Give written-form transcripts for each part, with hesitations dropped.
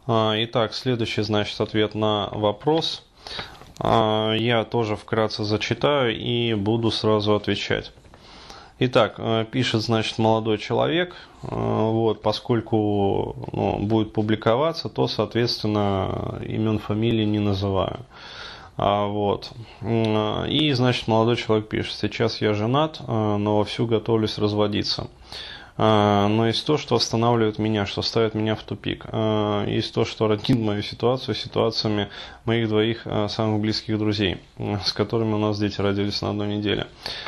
Итак, следующий, значит, ответ на вопрос. Я тоже вкратце зачитаю и буду сразу отвечать. Итак, пишет, значит, молодой человек, вот, поскольку будет публиковаться, то, соответственно, имен, фамилий не называю. Вот. И, значит, молодой человек пишет: сейчас я женат, но вовсю готовлюсь разводиться. Но есть то, что останавливает меня, что ставит меня в тупик. Есть то, что роднит мою ситуацию ситуациями моих двоих самых близких друзей, с которыми у нас дети родились на одной неделе.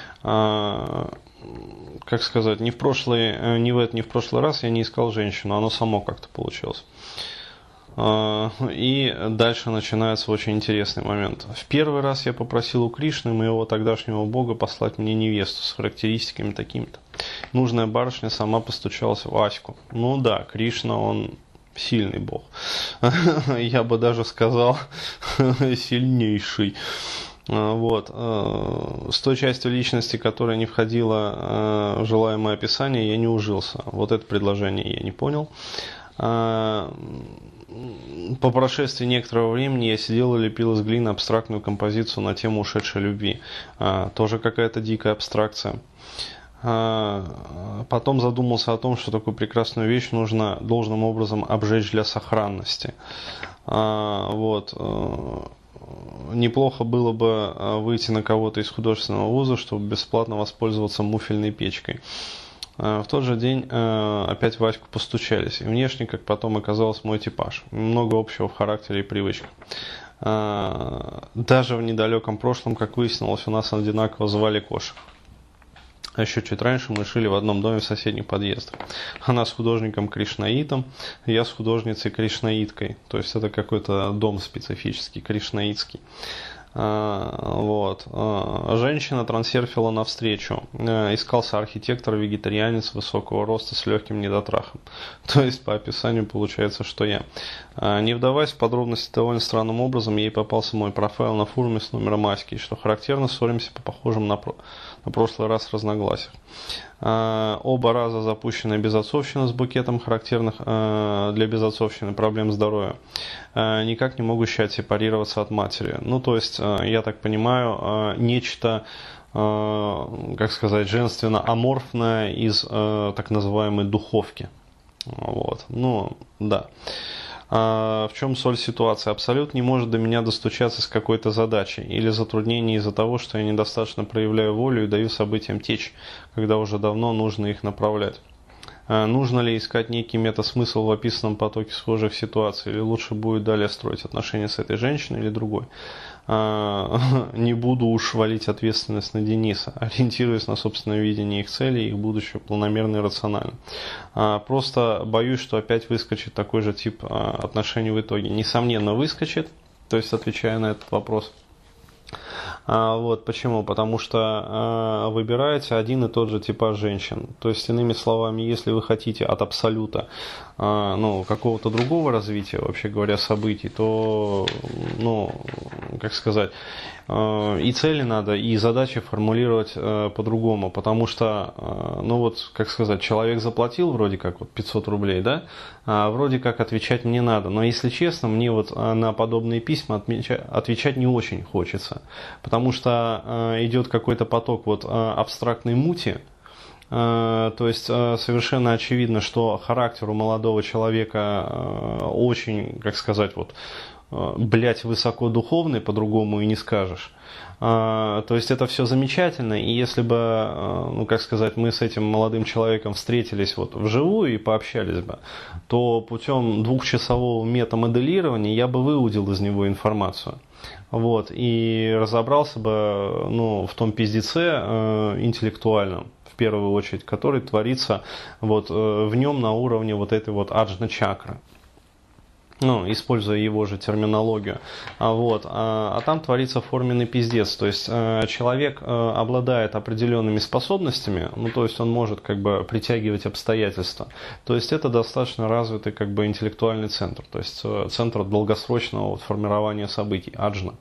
Как сказать, ни в прошлый раз я не искал женщину, оно само как-то получилось. И дальше начинается очень интересный момент. В первый раз я попросил у Кришны, моего тогдашнего бога, послать мне невесту с характеристиками такими-то. Нужная барышня сама постучалась в Аську. Ну да, Кришна, он сильный бог. Я бы даже сказал, сильнейший. Вот. С той частью личности, которая не входила в желаемое описание, я не ужился. Вот это предложение я не понял. По прошествии некоторого времени я сидел и лепил из глины абстрактную композицию на тему ушедшей любви. Тоже какая-то дикая абстракция. Потом задумался о том, что такую прекрасную вещь нужно должным образом обжечь для сохранности. Вот. Неплохо было бы выйти на кого-то из художественного вуза, чтобы бесплатно воспользоваться муфельной печкой. В тот же день опять в Ваську постучались. И внешне, как потом оказалось, мой типаж. Много общего в характере и привычках. Даже в недалеком прошлом, как выяснилось, у нас одинаково звали кошек. А еще чуть раньше мы жили в одном доме в соседних подъездах. Она с художником Кришнаитом, я с художницей Кришнаиткой. То есть это какой-то дом специфический, кришнаитский. Вот. Женщина трансерфила навстречу. Искался архитектор-вегетарианец высокого роста с легким недотрахом. То есть по описанию получается, что я. Не вдаваясь в подробности, довольно странным образом ей попался мой профайл на форуме с номером Аськи, что характерно, ссоримся по похожим на прошлый раз разногласиях. Оба раза запущенная безотцовщина с букетом характерных для безотцовщины проблем здоровья, никак не могущие отсепарироваться от матери. Ну, то есть, я так понимаю, нечто, как сказать, женственно-аморфное из так называемой духовки. Вот. Ну, да. В чем соль ситуации? Абсолют не может до меня достучаться с какой-то задачей или затруднением из-за того, что я недостаточно проявляю волю и даю событиям течь, когда уже давно нужно их направлять. Нужно ли искать некий метасмысл в описанном потоке схожих ситуаций, или лучше будет далее строить отношения с этой женщиной или другой? Не буду уж валить ответственность на Дениса, ориентируясь на собственное видение их целей, их будущего планомерно и рационально. Просто боюсь, что опять выскочит такой же тип отношений в итоге. Несомненно, выскочит, то есть отвечая на этот вопрос. Вот почему? Потому что выбираете один и тот же типаж женщин. То есть, иными словами, если вы хотите от абсолюта какого-то другого развития, вообще говоря, событий, то, как сказать, и цели надо, и задачи формулировать по-другому. Потому что, как сказать, человек заплатил вроде как 500 рублей, да? Вроде как отвечать мне надо. Но если честно, мне на подобные письма отвечать не очень хочется. Потому что идет какой-то поток абстрактной мути. То есть совершенно очевидно, что характер у молодого человека очень, как сказать, высокодуховный, по-другому и не скажешь. То есть это все замечательно, и если бы, мы с этим молодым человеком встретились вживую и пообщались бы, то путем двухчасового метамоделирования я бы выудил из него информацию. И разобрался бы в том пиздеце интеллектуальном, в первую очередь, который творится в нем на уровне этой аджна-чакры. Используя его же терминологию. А там творится форменный пиздец. То есть человек обладает определенными способностями, то есть он может притягивать обстоятельства. То есть это достаточно развитый интеллектуальный центр, то есть центр долгосрочного формирования событий, аджна.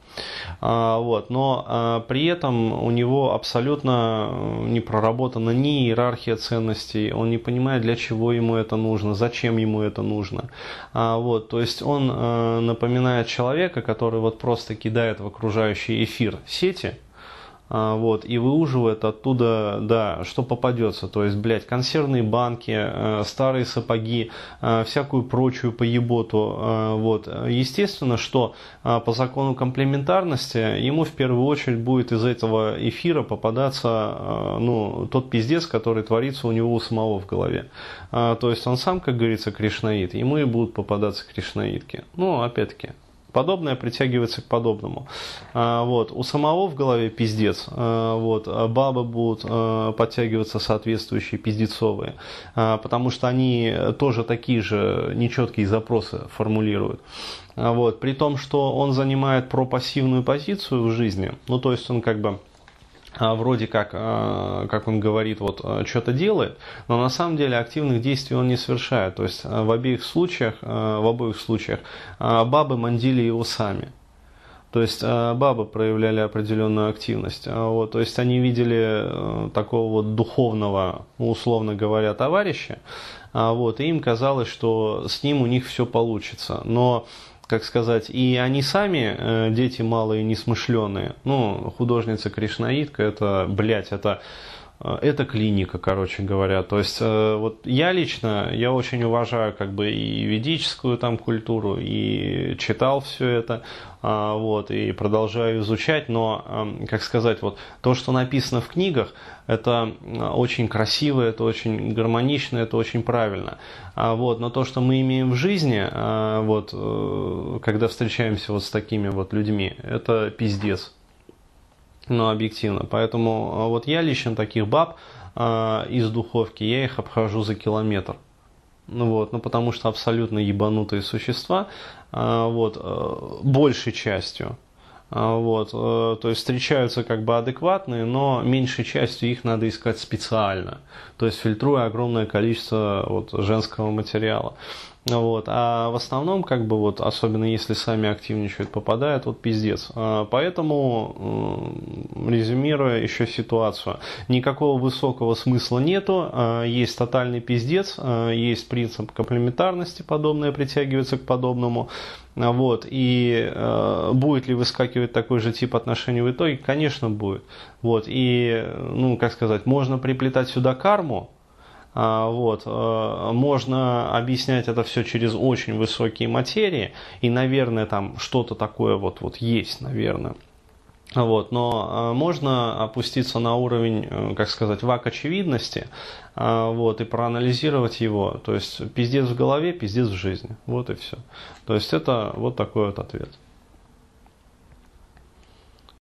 Но при этом у него абсолютно не проработана ни иерархия ценностей, он не понимает, для чего ему это нужно, зачем ему это нужно. То есть есть он напоминает человека, который вот просто кидает в окружающий эфир сети, вот, и выуживает оттуда, да, что попадется. То есть, блядь, консервные банки, старые сапоги, всякую прочую поеботу. Вот. Естественно, что по закону комплементарности ему в первую очередь будет из этого эфира попадаться, ну, тот пиздец, который творится у него у самого в голове. То есть он сам, как говорится, кришнаит, ему и будут попадаться кришнаитки. Ну, опять-таки. Подобное притягивается к подобному. Вот. У самого в голове пиздец. Вот. Бабы будут подтягиваться соответствующие пиздецовые. Потому что они тоже такие же нечеткие запросы формулируют. Вот. При том, что он занимает пропассивную позицию в жизни. Ну, то есть он как бы вроде как он говорит, вот что-то делает, но на самом деле активных действий он не совершает. То есть в обоих случаях бабы мандили его сами. То есть бабы проявляли определенную активность. Вот, то есть они видели такого вот духовного, условно говоря, товарища, вот, и им казалось, что с ним у них все получится. Но как сказать, и они сами, дети малые, несмышленые, ну, художница кришнаитка, это, блядь, это клиника, короче говоря. То есть, вот я лично, я очень уважаю как бы и ведическую там культуру, и читал все это, вот, и продолжаю изучать, но, как сказать, вот, то, что написано в книгах, это очень красиво, это очень гармонично, это очень правильно. Вот, но то, что мы имеем в жизни, вот, когда встречаемся вот с такими вот людьми, это пиздец. Ну, объективно. Поэтому вот я лично таких баб из духовки, я их обхожу за километр. Ну, вот, ну, потому что абсолютно ебанутые существа, вот, большей частью. Вот, то есть встречаются как бы адекватные, но меньшей частью их надо искать специально. То есть фильтруя огромное количество вот, женского материала. Вот. А в основном, как бы, вот, особенно если сами активничают, попадает вот пиздец. Поэтому, резюмируя еще ситуацию, никакого высокого смысла нету, есть тотальный пиздец, есть принцип комплементарности, подобное притягивается к подобному. Вот. И будет ли выскакивать такой же тип отношений в итоге? Конечно, будет. Вот. И, ну, как сказать, можно приплетать сюда карму. Вот. Можно объяснять это все через очень высокие материи, и, наверное, там что-то такое вот есть, наверное. Вот. Но можно опуститься на уровень, как сказать, вак очевидности, вот, и проанализировать его. То есть пиздец в голове, пиздец в жизни. Вот и все. То есть это вот такой вот ответ.